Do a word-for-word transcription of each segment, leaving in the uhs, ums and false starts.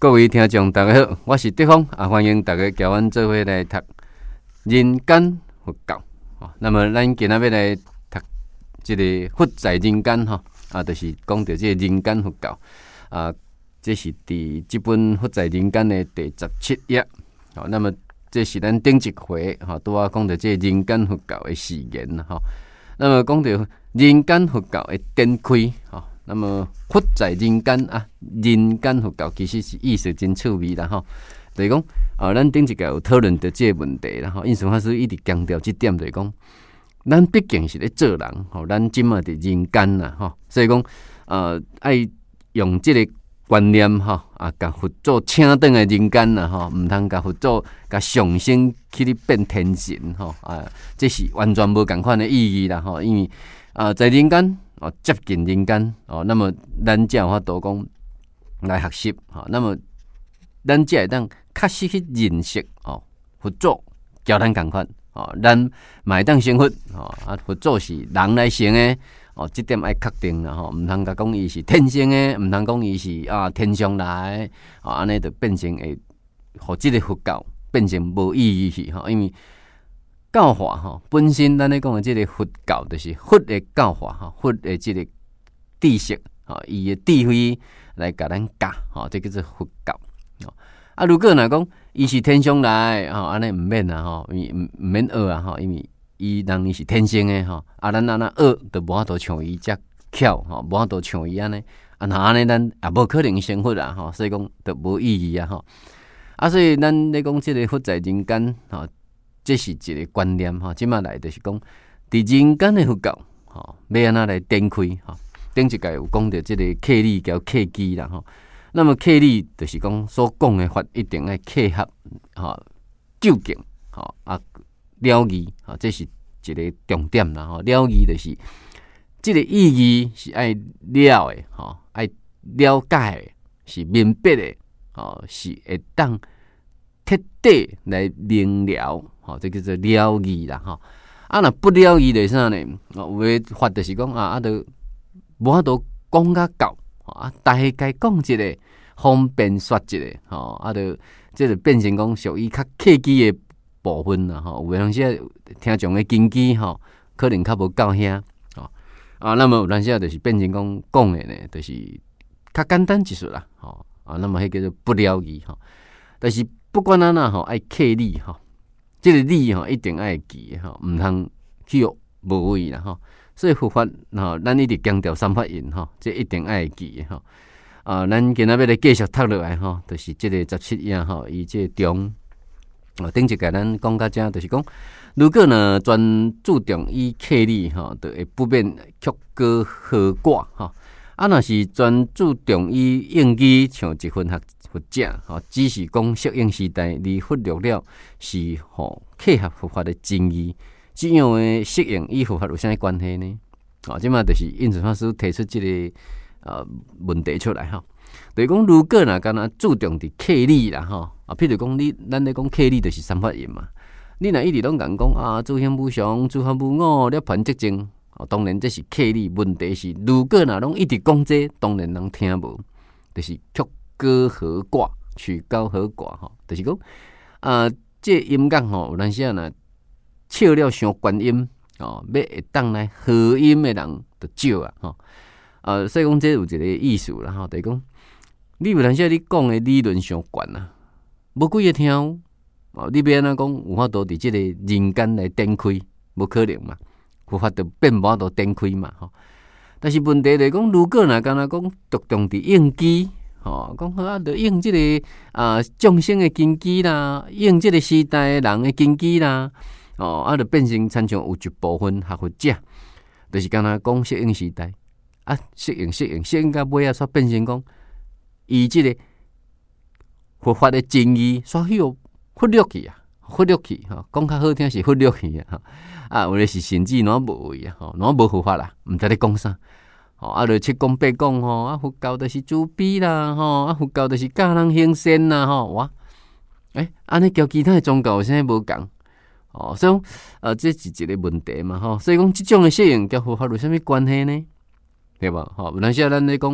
各位听众大家好，我是德峰啊，欢迎大家交阮做伙来读人间佛教。哦，那么咱今仔要来读这个佛在人间哈啊，就是讲到这个人间佛教啊，这是伫这本佛在人间的第十七页。好，那么这是咱顶一回哈，拄啊讲到这个人间佛教的誓言哈。那么讲到人间佛教的展开哈。那么佛在人间啊，人间佛教其实是意思真趣味啦吼。就是讲啊，咱顶一个有讨论到这个问题啦吼。印顺法师一直强调这点，就是讲，咱毕竟是咧做人吼，咱即马伫人间啦吼，所以讲呃，爱用这个观念吼啊，甲佛祖请转来人间啦吼，毋通甲佛祖甲上升去咧变天神吼啊，这是完全无共款的意义啦吼，因为啊，在人间。哦，接近人间哦，那么咱才有法度讲来学习哦，那么咱才会当确实去认识哦，佛祖教咱共款哦，咱嘛会当成佛哦，啊，佛祖是人来成的哦，这点爱确定啦吼，毋通甲讲伊是天生的，毋通讲伊是啊天上来哦，安尼就变成会，互即个佛教变成无意义去吼，因为。教化吼，本身咱咧讲的这个佛教，就是佛的教化吼，佛的这个知识吼，伊的智慧来甲咱教吼，这叫做佛教。啊，如果若讲伊是天上来吼，安尼毋免啊吼，伊毋毋免学啊吼，因为伊人伊是天生的吼，啊，咱安那学都无法度像伊遮巧吼，无法度像伊安尼，啊，那安尼咱也无可能成佛啊吼，所以讲都无意义啊吼。啊，所以咱咧讲这个佛在人间吼。这是一个观念哈，即马来就是讲，伫人间的佛教哈，要安怎来展开哈？顶一届有讲到这个契理叫契机啦哈。那么契理就是讲所讲的法一定要契合哈，究竟哈啊了义哈，这是一个重点啦哈。了义就是这个意义是爱了的哈，爱了解的，是明白的，哦，是会当彻底来明了。吼，这叫做了义啦，吼。啊，若不了义就是啥呢？有诶法就是讲啊，啊，都无法度讲甲到，啊，大概讲一个，方便说一个，吼，啊，都这就变成讲属于较客气诶部分啦，吼。有诶当时听众诶根基吼，可能较无够遐，吼。啊，那么有当时就是变成讲讲诶呢，就是较简单一chút啦，吼。啊，那么迄叫做不了义，吼。但是不管安怎吼，爱客理吼。这个理吼一定爱记吼，毋通去无谓啦吼。所以佛法吼，咱一直强调三法印吼，这一定爱记吼。啊，咱今仔要来继续读落来吼，就是这个十七页吼，伊这中哦，顶一个咱讲到这，就是讲，如果呢专注重以客理吼，就会不免曲高和寡吼。啊，若是专注重以应机，像一分学。佛者吼，只是讲适应时代，而忽略了是吼契合佛法的真义。这样的适应与佛法有啥关系呢？哦，即嘛就是印顺法师提出这个呃问题出来哈。就是讲，如果若敢若注重伫客理啦吼，啊，譬如讲你咱咧讲客理就是三法印嘛。你若一直拢讲讲啊，诸行无常，诸法无我，涅槃寂静。哦，当然这是客理。问题是，如果若拢一直讲这，当然人听无，就是曲。高和寡，取高和寡吼，就是讲啊，这音乐吼，有当时啊，若笑了伤观音哦，要会当来和音的人就少啊吼。啊，所以讲这有一个意思啦吼，就是讲你有当时你讲的理论伤悬啊，无几个听哦。你要安怎讲有法度伫这个人间来展开，无可能嘛，佛法就变无法度展开嘛吼。但是问题就是讲，如果若敢若讲着重伫应机。吼，讲好啊，着用即、这个啊众生的根基啦，用即个时代的人的根基啦，哦，啊，着变成参像有一部分学佛者，就是敢若讲适应时代，啊，适应适应适应到尾啊，煞变成讲以即个佛法的真义，煞许忽略去啊，忽略去吼，讲较好听是忽略去啊，啊，有咧是甚至哪无位啊，吼，哪无佛法啦，毋知咧讲啥。哦，啊，就七讲八讲吼，啊，佛教就是慈悲啦，吼，啊，佛教就是教人行善啦，吼，哇，诶，安尼交其他的宗教有啥无共？哦，所以呃，这是一个问题嘛，吼，所以讲这种的适应交佛法有啥物关系呢？对吧？吼，有当时咱咧讲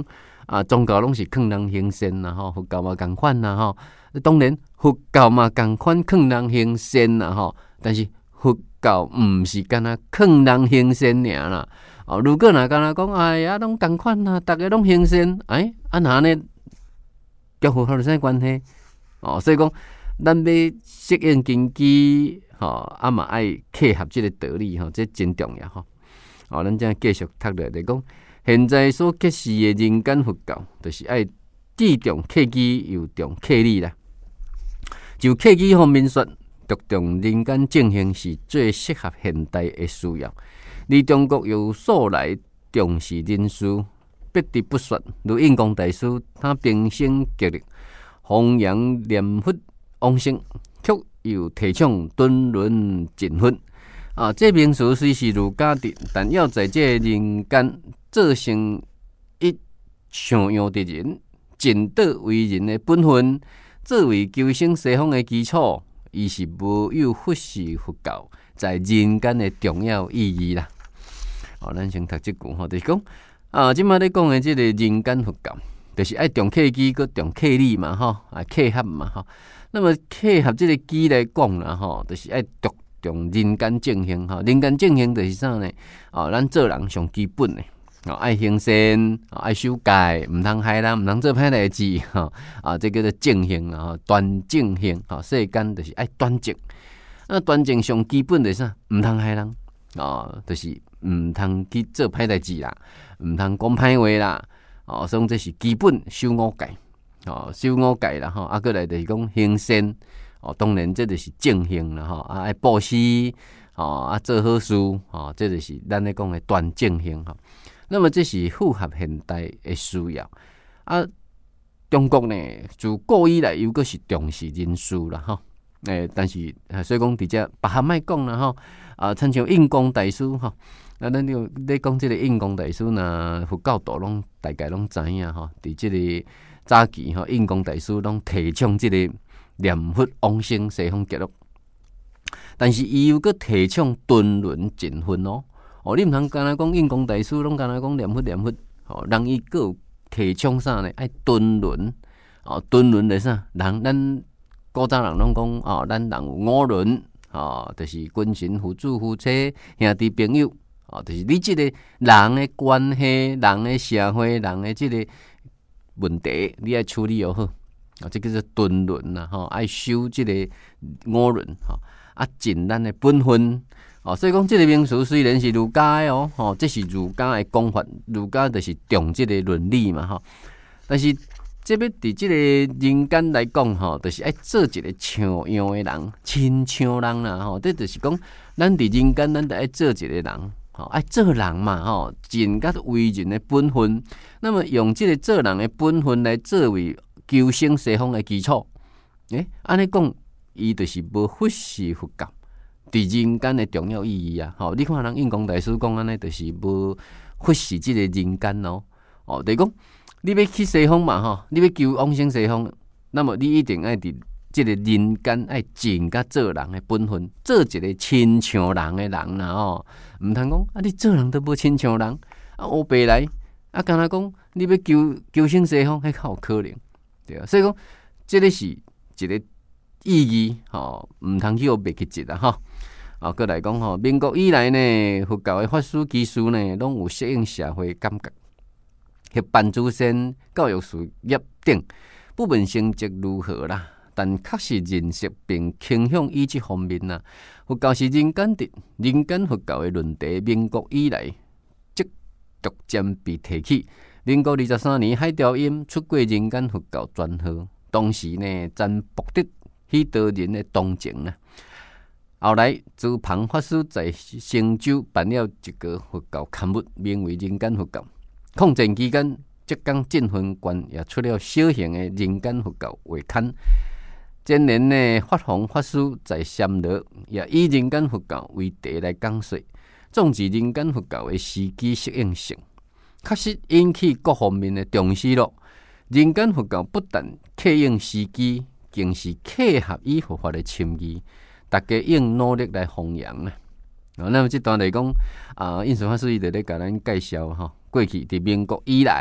啊，宗教拢是劝人行善啦吼，佛教嘛共款啦吼。当然佛教嘛共款劝人行善啦吼，但是佛教毋是干那劝人行善尔啦。哦，如果若干那讲，哎呀，拢共款啦，逐个拢行善，哎，啊那呢，甲佛法有啥关系？哦，所以讲，咱要适应经济，吼、哦，啊嘛爱契合即个道理吼，这真重要吼。哦，咱正继续读落来讲，现在所揭示的人间佛教，就是爱既重契机又重契理啦。就契机方面说，着重人间正行是最适合现代的需要。而中国有素来重视人事，不得不说，如印光大师他平生极力弘扬念佛往生，却又提倡敦伦尽分。啊，这名词虽是儒家的，但要在这人间做成一像样的人，尽到为人的本分，作为求生西方的基础，伊是无有忽视佛教在人间的重要意义啦。哦，咱先读这句吼，就是讲啊，即马咧讲的这个人间佛教，就是爱重契机，佮重契理嘛，吼，啊契合嘛，吼。那么契合这个机来讲啦，吼，就是爱着重人间正行，吼，人间正行就是啥呢？哦，咱做人上基本的，哦，爱行善，爱守戒，毋通害人，毋通做歹代志，吼，啊，这叫做正行啊，端正行，吼，世间就是爱端正。那端正上基本就是啥？毋通害人，哦，就是。毋通去做歹代志啦，毋通讲歹话啦，哦，所以这是基本守五戒，哦，守五戒啦吼，啊，过来就是讲行善，哦，当然这就是正行啦吼，啊，爱布施，哦，啊，做好事，哦，这就是咱咧讲的端正行吼。那么这是符合现代的需要，啊，中国呢自古以来又个是重视人事啦吼，诶、欸，但是所以讲伫遮别项莫讲啦吼，啊，亲像印光大师吼。啊，咱就咧讲即个印光大师呐，佛教徒拢大概拢知影吼。伫即个早期吼，印光大师拢提倡即个念佛往生西方极乐，但是伊又搁提倡敦伦尽分哦。哦，你毋通干那讲印光大师拢干那讲念佛念佛，哦，人伊搁有提倡啥呢？爱敦伦，哦，敦伦是啥？人咱古早人拢讲哦，咱人有五伦，哦，就是君臣、父子、夫妻、兄弟朋友。哦，就是你即个人的关系、人的社会、人的即个问题，你爱处理好好。哦，这叫做敦伦啦，吼，爱守即个五伦，吼，啊，尽咱的本分。哦，所以讲，即个名词虽然是儒家的哦，吼，这是儒家的讲法，儒家就是重即个伦理嘛，吼。但是，这要伫即个人间来讲，吼，就是爱做一个像样的人，亲像人啦，吼，这就是讲，咱伫人间，咱得爱做一个人。爱做人嘛，吼，尽甲为人的本分。那么用这个做人的本分来作为求生西方的基础，诶，安尼讲，伊就是无忽视佛教伫人间的重要意义啊！吼，你看人印光大师讲安尼，就是无忽视这个人间咯。哦，就是讲你要去西方嘛，吼，你要求往生西方，那么你一定爱伫这个人间爱尽甲做人的本分，做一个亲像人的人啦吼，毋通讲啊！你做人都无亲像人，啊，黑白来啊，敢若讲你要求求生西方，迄较有可能，对啊。所以讲，这个是一个意义吼，毋通去学白去执啦吼。啊，过来讲吼，民国以来呢，佛教的法师技术呢，拢有适应社会感觉，协办祖先、教育事业等，不论成绩如何啦。但确实认识并倾向于这方面呐，佛教是人间的，人间佛教的论题，民国以来即逐渐被提起。民国二十三年，海雕音出过人间佛教专号，当时呢，曾博得许多人的同情啊。后来，朱庞法师在成州办了一个佛教刊物，名为《人间佛教》。抗战期间，浙江振奋县也出了小型的人间佛教画刊。前年呢，法弘法师在暹罗也以人间佛教为题来讲说，重视人间佛教的时机适应性，确实引起各方面的重视咯。人间佛教不但契应时机，更是契合于佛法的深意，大家应努力来弘扬啊。那么这段来讲，啊，印顺法师伊就咧甲咱介绍哈，过去伫民国以来，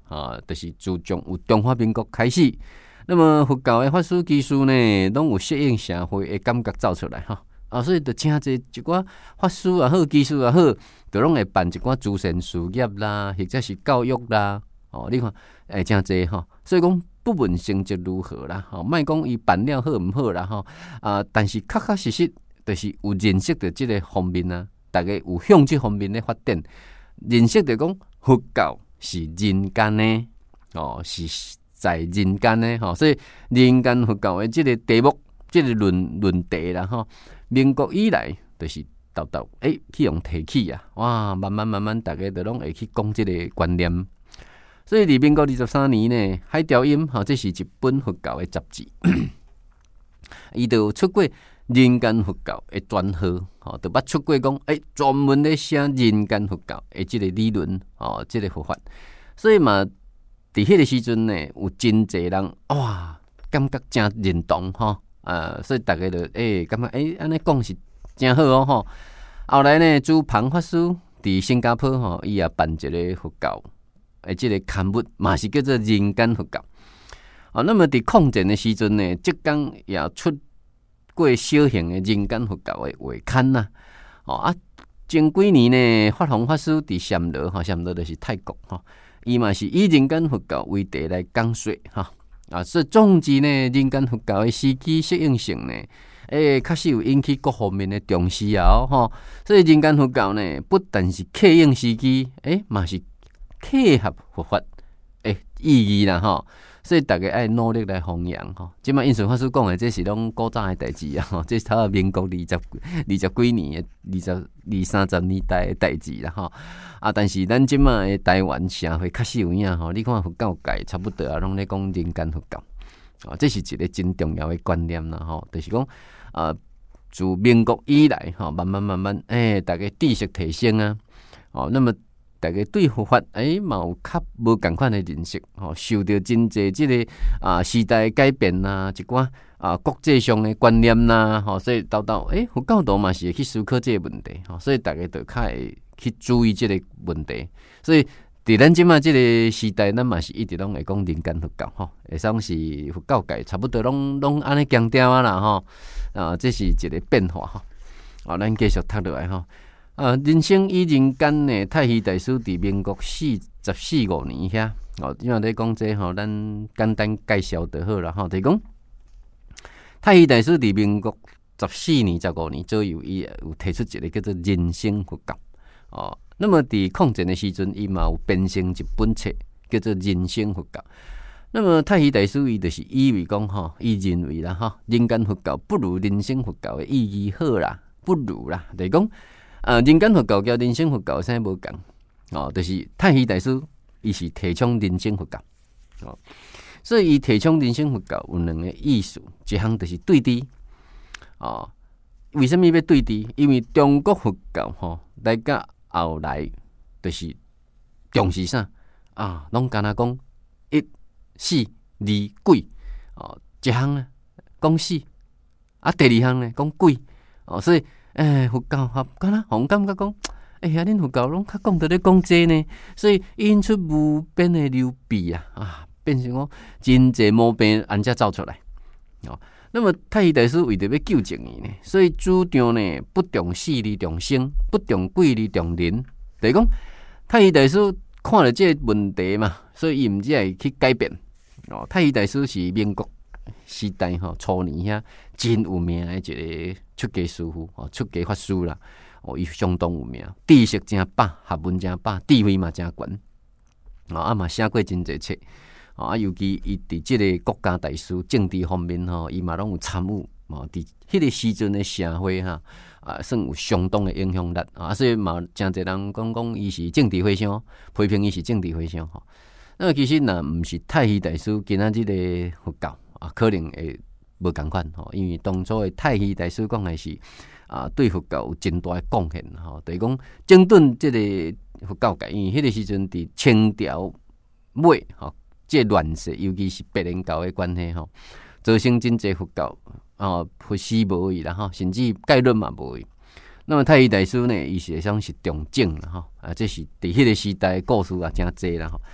啊，就是自从有中华民国开始，那么佛教的法师技术呢，拢有适应社会的感觉走出来哈。啊，所以就请这一寡法师也好，技术也好，就拢会办一寡慈善事业啦，或者是教育啦。哦，你看，诶，真济吼。所以讲，不论成绩如何啦，吼，莫讲伊办了好毋好啦，吼啊，但是确确实实，就是有认识到即个方面啊，大家有向即方面咧发展，认识到讲佛教是人间呢，哦，是在人间呢，吼，所以人间佛教的即个题目，即个论论题啦，吼。民国以来，就是豆豆诶去用提起啊，哇，慢慢慢慢，大家都拢会去讲即个观念。所以，伫民国二十三年呢，《海潮音》吼，这是一本佛教的杂志，伊就有出过人间佛教的专号，吼，就捌出过讲，诶，专门咧写人间佛教的即个理论，吼，即个佛法。所以嘛，伫迄个时阵呢，有真侪人哇，感觉真认同吼。啊，所以大家就诶，感觉诶，安尼讲是真好哦吼。后来呢，朱庞法师伫新加坡吼，伊也办一个佛教诶，即个刊物嘛是叫做《人间佛教》。哦，那么伫抗战的时阵呢，浙江也出过小型的人间佛教的画刊呐。哦啊，前几年呢，法弘法师伫暹罗吼，暹罗就是泰国吼，伊嘛是以人间佛教为题来讲说哈。啊，所以总之呢，人间佛教的时机适应性呢，诶、欸，确实有引起各方面的重视啊，吼。所以人间佛教呢，不但是克应时机，诶、欸，嘛是契合佛法诶意义啦，吼。所以大家爱努力来弘扬吼。即摆印顺法师讲的，这是拢古早的代志啊，吼，这是头民国二十二十几年的二十二三十年代的代志啦，吼。啊，但是咱即摆的台湾社会确实有影吼，你看佛教界差不多啊，拢咧讲人间佛教，啊，这是一个真重要的观念啦，吼，就是讲啊，自民国以来，吼，慢慢慢慢，诶、欸，大家知识提升啊，哦，那么。大家对佛法诶嘛有较无共款的认识，吼，受到真济即个啊时代改变呐，一寡啊国际上的观念呐，吼，所以到到诶佛教徒嘛是会去思考即个问题，吼，所以大家就较会去注意即个问题，所以伫咱即马即个时代，咱嘛是一直拢会讲人间佛教，吼，会算是佛教界差不多拢拢安尼强调啊啦，吼，啊，这是一个变化，吼，啊，咱继续读落来，吼。啊，人生与人间呢，太虚大师伫民国四十四五年遐，哦，因为咧讲这吼，咱简单介绍就好啦，吼，就是讲太虚大师伫民国十四年、十五年左右，伊有提出一个叫做人生佛教，哦，那么伫抗战的时阵，伊嘛有编成一本册叫做人生佛教。那么太虚大师伊就是以为讲吼，伊认为啦，吼，人间佛教不如人生佛教的意义好啦，不如啦，就是讲。啊，人间佛教甲人生佛教啥无共哦，就是太虚大师伊是提倡人生佛教哦，所以伊提倡人生佛教有两个意思，一项就是对治哦。为什么要对治？因为中国佛教吼、哦，来甲后来就是重视啥啊？拢干那讲一死二鬼哦，一项呢讲死，啊，第二项呢讲鬼哦，所以。诶，佛教合敢若互感觉讲，哎呀，恁佛教拢较讲得咧讲这呢，所以引出无边的流弊啊，啊，变成讲真济毛病安才走出来。哦，那么太虚大师为着要纠正伊呢，所以主张呢不重死而重生，不重鬼而重人。就是讲太虚大师看了这个问题嘛，所以伊毋只会去改变。哦，太虚大师是民国时代吼初年遐真有名的一个出家师傅哦，出家法师啦，哦，伊相当有名，知识真饱，学问真饱，智慧嘛真悬，哦，啊嘛写过真侪册，哦，啊尤其伊伫即个国家大事、政治方面吼，伊嘛拢有参与，哦，伫迄个时阵的社会哈，啊，算有相当的影响力啊，所以嘛真侪人讲讲伊是政治回向，批评伊是政治回向吼。那其实若毋是太虚大师今仔日个佛教啊，可能会无共款吼，因为当初的太虚大师讲的是啊，对佛教有真大的贡献吼，就是讲整顿即个佛教界，因为迄个时阵伫清朝尾吼，即个乱世，尤其是白莲教的关系吼，造成真济佛教哦佛师无去啦吼，甚至概论嘛无去。那么太虚大师呢，伊实际上是重整啦吼，啊，这是伫迄个时代的故事啊，真济啦吼。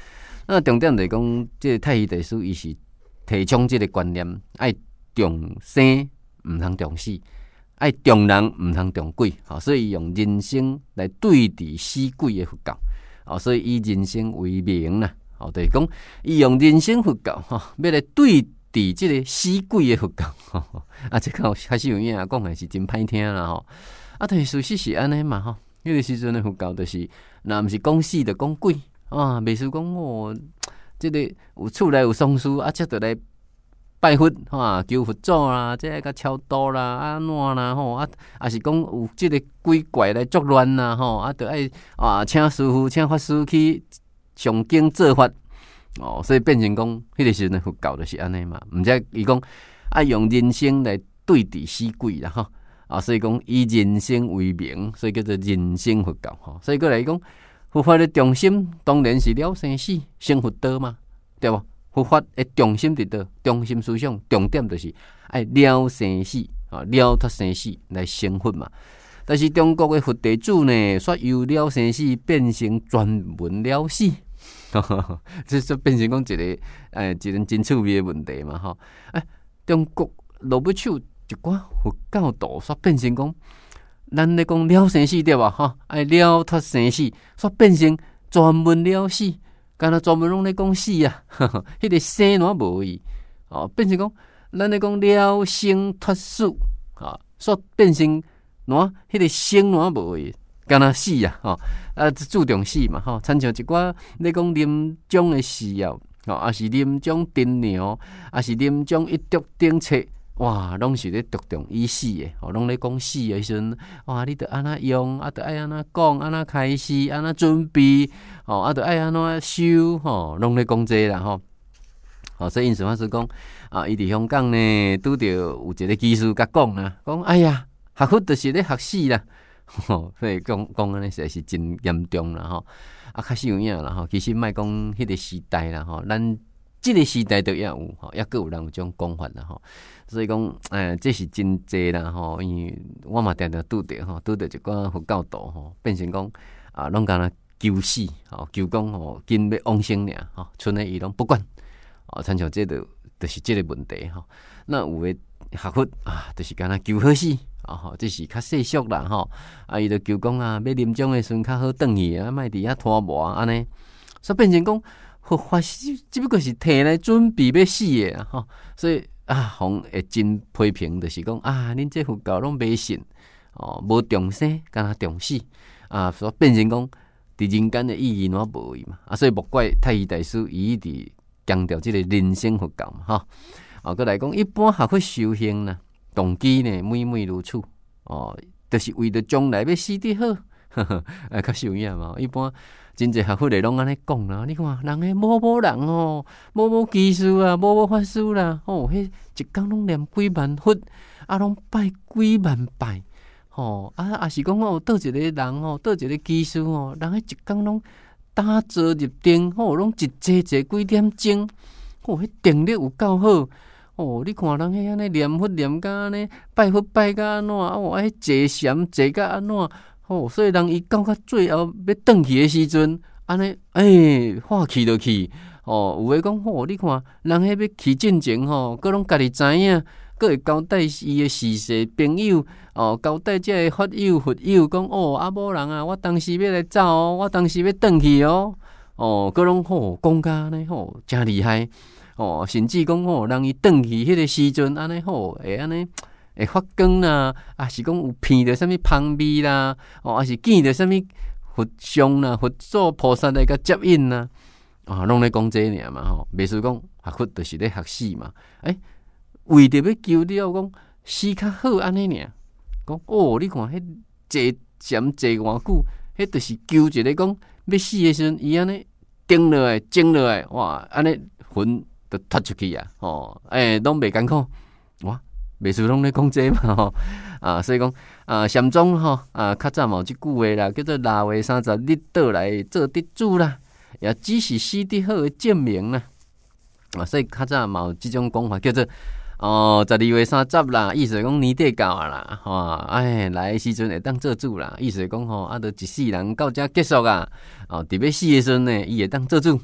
那重点就是讲，即个太虚地师伊是提倡即个观念，爱重生毋通重死，爱重人毋通重鬼。吼，所以用人生来对治死鬼的佛教。哦，所以以人生为名啦。哦，就是讲伊用人生佛教吼，要来对治即个死鬼的佛教。吼，啊，这个开始有影讲的是真歹听啦吼。啊，但是事实是安尼嘛吼。迄个时阵的佛教就是，若毋是讲死就讲鬼啊，袂输讲哦，即、這个有厝内有丧事啊，则着来拜佛哈，求佛祖啦，即个甲超度啦，安怎啦吼啊，啊是讲有即个鬼怪来作乱啦吼，啊，着爱啊请师傅、请法师去上经做法哦，所以变成讲迄个时阵的佛教就是安尼嘛，毋则伊讲爱用人生来对治死鬼啦吼。啊，所以讲以人生为名，所以叫做人生佛教吼。所以过来讲，佛法的重心当然是了生死，成佛道嘛，对无？佛法的重心伫倒？中心思想重点就是爱了生死，啊，了脱生死来成佛嘛。但是中国的佛弟子呢，煞由了生死变成专门了死，这就变成讲一个诶，一个真趣味的问题嘛吼。诶，中国落尾手。一寡佛教徒煞变成讲，咱咧讲了生死对吧？哈，爱了脱生死，煞变成专门了死，干那专门拢咧讲死啊，迄个生哪无伊哦，变成讲咱咧讲了生脱死啊，煞变成哪迄个生哪无伊，干那死啊，吼啊注重死嘛，吼，参像一寡咧讲临终的时候，哦，啊是临终顶娘，啊是临终一竹顶切。哇，拢是咧着重医死诶，吼，拢咧讲死诶时阵，哇，你着安那用，啊，着爱安那讲，安那开始，安那准备，吼，啊，着爱安怎修，吼，拢咧讲这啦，吼，吼，所以因师法师讲，啊，伊伫香港呢，拄着有一个技师甲讲啦，讲，哎呀，学佛就是咧学死啦，吼，所以讲讲安尼实在是真严重啦，吼，啊，较少有影啦，吼，其实莫讲迄个时代啦，吼，咱。即个时代都也有吼，也各有人有种讲法啦吼，所以讲，诶，这是真济啦吼，因为我嘛定定拄着吼，拄着一寡佛教徒吼，变成讲啊，拢干那求死吼，求讲吼，今要往生尔吼，剩诶伊拢不管，哦，参像这个就是这个问题吼。那有诶学佛啊，就是干那求好死啊，吼，这是较世俗啦吼，啊，伊就求讲啊，要临终诶时阵较好转去啊，莫伫遐拖磨安尼，所以变成讲。佛法只不过是摕来准备要死的啊，吼，所以啊，互会真批评，就是讲啊，恁这佛教拢迷信哦，无重生，敢若重死啊，所以变成讲伫人间的意义哪无伊嘛啊，所以莫怪太虚大师伊伫强调即个人生佛教嘛，吼，啊，过来讲一般学佛修行呢，动机呢，每每如此哦，就是为着将来要死得好，呵呵，啊，较有影嘛，一般。真侪学佛的拢安尼讲啦，你看人诶某某人哦，某某技师啊，某某法师啦，哦，迄一工拢念几万佛，啊，拢拜几万拜，吼、哦，啊，啊是讲哦，倒一个人哦，倒一个技师哦，人迄一工拢打坐入定，吼、哦，拢一坐坐几点钟，哦，迄定力有够好，哦，你看人迄安尼念佛念甲安尼，拜佛拜甲安怎，哦，啊，迄坐禅坐甲安怎？哦，所以人伊到到最后要转去的时阵，安尼诶，化气就去。哦，有诶讲，哦，你看人迄要去进前吼，佮拢家己知影，佮会交代伊诶事世朋友，哦，交代这个法友、佛友，讲哦，啊某人啊，我当时要来走哦，我当时要转去哦，哦，佮拢吼讲甲安尼吼，真厉害。哦，甚至讲吼，人伊转去迄个时阵，安尼吼，会安尼。会发光啦，啊是讲有闻到什么香味啦，哦，啊是见到什么佛像啦、佛祖菩萨来甲接引啦，啊，拢咧讲这尔嘛吼，袂输讲学佛就是咧学死嘛，诶、欸，为着要求了讲死较好安尼尔，讲哦，你看迄坐禅坐偌久，迄就是求一个讲要死的时阵，伊安尼定落来、静落来，哇，安尼魂就脱出去啊，哦，诶、欸，拢袂艰苦，哇。袂输拢咧讲这嘛吼，啊，所以讲啊，禅宗吼啊，较早嘛有即句话啦，叫做腊月三十日倒来做得主啦，也只是死得好的证明啦。啊，所以较早嘛有即种讲法，叫做哦，十二月三十啦，意思讲年底到啊啦，吼、啊，哎，来的时阵会当做主啦，意思讲吼，啊，都一世人到遮结束啊，哦，伫要死的时阵呢，伊会当做主，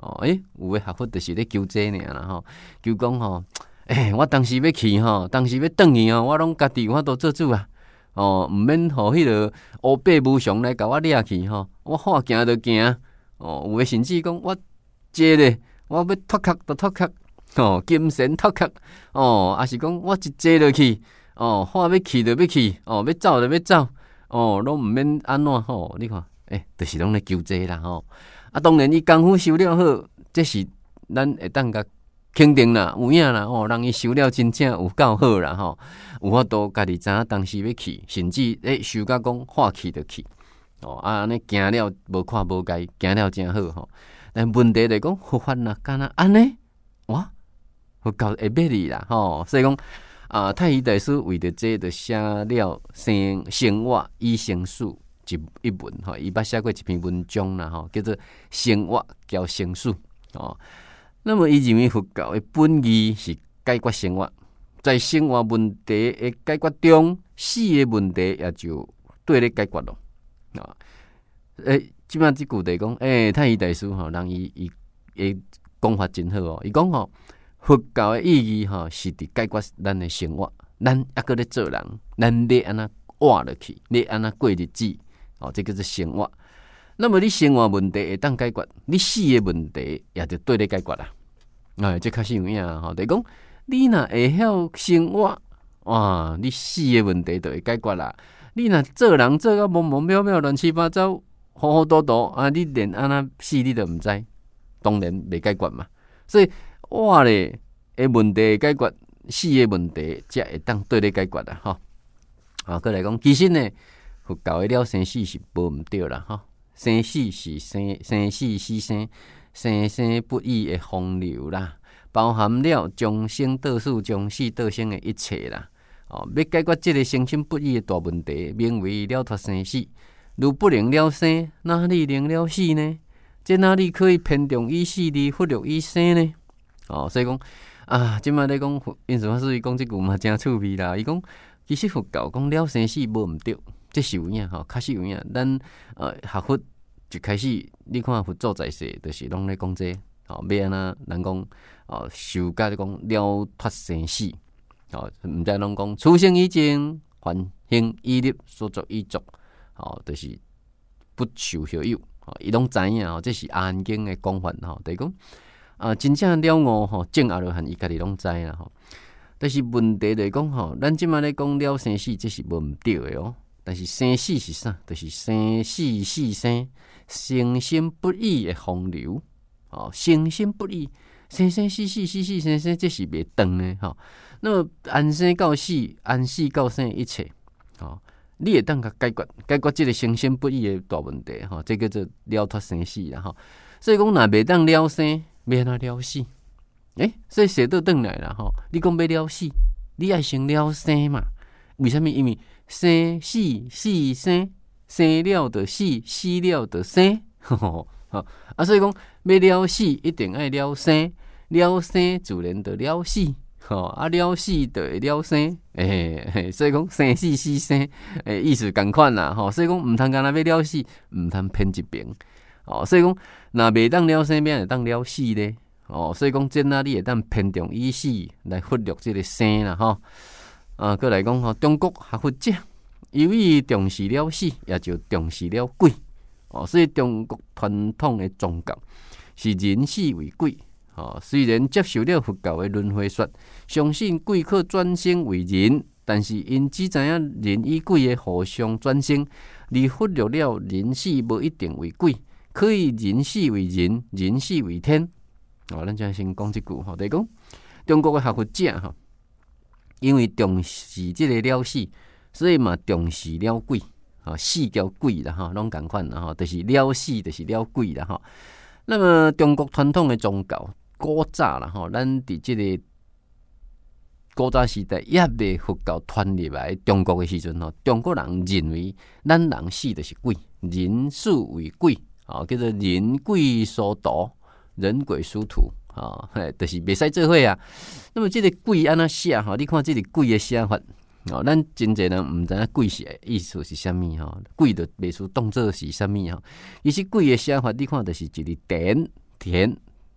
哦，诶、欸，有诶学佛就是咧求这尔啦吼，求讲吼，诶、欸，我当时要去吼，当时要转去吼，我拢家己我都做主啊，哦，毋免互迄个乌白无常来甲我掠去吼，我好行就行，哦，有诶甚至讲我坐咧，我要脱壳就脱壳，哦，金身脱壳，哦，还是讲我一坐落去，哦，好要去就要去，哦，要走就要走，哦，拢毋免安怎吼，你看，诶、欸，就是拢咧求这啦吼。啊，当然，伊功夫修了好，这是咱会当甲肯定啦，有影啦吼，人伊修了真正有够好啦吼，有法度家己知影当时要去，甚至诶修甲讲话去就去，哦啊安尼行了无看无解，行了真好吼。但问题就讲佛法若敢若安尼，哇，佛教会灭哩啦吼，所以讲啊，太乙大师为着这就写了生生活以生死。一一文吼，伊捌写过一篇文章啦吼，叫做《生活交生死》哦。那么伊认为佛教的本意是解决生活，在生活问题的解决中，死的问题也就对咧解决咯。啊，诶，即摆即句就讲，诶，太乙大师吼，人伊伊伊讲法真好哦。伊讲吼，佛教的意义吼，是伫解决咱的生活，咱抑个咧做人，咱咧安那活落去，咧安那过日子。哦，这个是生活。那么你生活问题会当解决，你死的问题也就对你解决啦。哎，这确实有影吼，就是讲你若会晓生活，哇，你死的问题就会解决啦。你若做人做到懵懵渺渺、乱七八糟、糊糊涂涂啊，你连安那死你都毋知，当然袂解决嘛。所以活咧的问题解决，死的问题才会当对你解决啦。吼，啊，过来讲，其实呢。佛教的了生死是无毋对啦，吼，生死是生生死死生，生生不已的洪流啦，包含了从生到死、从死到生的一切啦。哦，要解决这个生生不已的大问题，名为了脱生死。如不能了生，哪里能了死呢？这哪里可以偏重于死，而忽略于生呢？哦，所以讲啊，即摆咧讲，因此法师伊讲即句嘛，真趣味啦。伊讲，其实佛教讲了生死无毋对。这是有影吼，确实有影。咱呃学佛就开始，你看佛祖在世，就是拢咧讲这，吼，要安那人讲哦，修甲咧讲了脱生死，哦，毋知拢讲出生以前，还行以立，所作已作，哦，就是不受后有，哦，伊拢知影吼，这是阿含经的讲法吼，就是讲啊，真正了悟吼，正阿罗汉伊家己拢知啦吼。但是问题就是讲吼，咱即摆咧讲了生死，这是无毋对的哦。但是生死是啥？就是生死死生，生生不已的洪流。哦，生生不已，生生死死，死死生生，这是袂断的吼。那么安生到死，安死到生一切，哦，你会当甲解决解决这个生生不已的大问题吼，这个叫做了脱生死啦吼。所以讲，若袂当了生，要安怎了死？诶、欸，所以写倒转来啦吼。你讲要了死，你爱先了生嘛？为什么？因为生死死生，生了就死，死了就生，吼啊！所以讲要了死，一定爱了生，了生自然就了死，吼啊！了死就会了生，诶、欸，所以讲生死死生，诶、欸，意思共款啦，吼！所以讲毋通干那要了死，毋通偏一边，哦，所以讲若袂当了生，变会当了死咧，哦，所以讲在哪里会当偏重于死来忽略这个生啦，吼。啊，过来讲吼，中国学佛者由于重视了死，也就重视了鬼哦，所以中国传统的宗教是人死为鬼哦。虽然接受了佛教的轮回说，相信鬼可转生为人，但是因只知影人与鬼的互相转生，而忽略了人死无一定为鬼，可以人死为人，人死为天。哦，咱就先讲一句吼，就是讲中国的学佛者吼。因为重视这个了死，所以嘛重视了鬼，吼死叫鬼啦，吼拢共款啦，吼就是了死就是了鬼啦，吼。那么中国传统的宗教古早啦，吼咱伫这个古早时代也未佛教传入来中国的时阵吼，中国人认为咱人死就是鬼，人死为鬼，吼叫做人鬼殊途，人鬼殊途。哦，嘿，就是袂使做伙啊。那么这个鬼安怎写吼？你看这个鬼的写法，哦，咱真侪人毋知影鬼是意思是啥物吼？鬼就袂输当做是啥物吼？其实鬼的写法，你看就是一个田田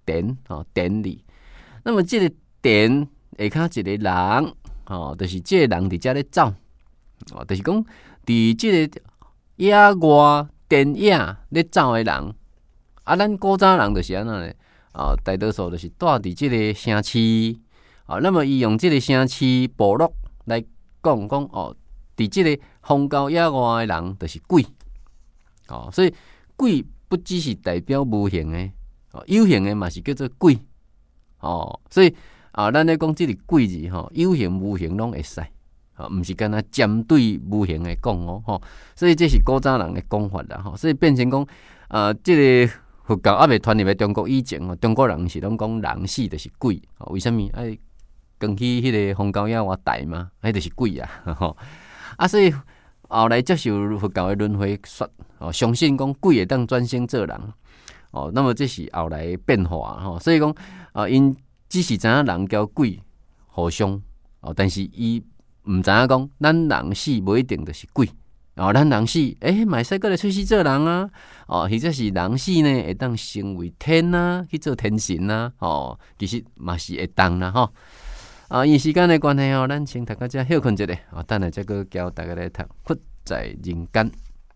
田哦，田里。那么这个田下骹一个人哦，就是这个人伫遮咧走哦，就是讲伫这个野外田野咧走的人啊，咱古早人就是安那咧啊，大多数就是住伫这个城市啊，那么伊用这个城市部落来讲讲哦，伫这个荒郊野外的人就是鬼哦，所以鬼不只是代表无形的哦，有形的嘛是叫做鬼哦，所以啊，咱咧讲这个鬼字吼，有形无形拢会使啊，毋是干那针对无形的讲哦吼，所以这是古早人的讲法啦吼，所以变成讲啊，这个佛教还未传入来中国以前哦，中国人是拢讲人死就是鬼哦，为什么爱讲起迄个荒郊野外大嘛，迄就是鬼啊吼啊，所以后来接受佛教的轮回说哦，相信讲鬼会当转生做人哦，那么这是后来变化吼，所以讲啊，因只是知影人交鬼互相哦，但是伊毋知影讲咱人死无一定就是鬼哦，咱人死诶，嘛会使过来出世做人啊哦，或者是人死呢会当成为天啊，去做天神啊哦，其實嘛是會當啦吼啊，因時間的關係哦，咱先讀到這休困一下哦，等下再個教大家來讀《佛在人間》。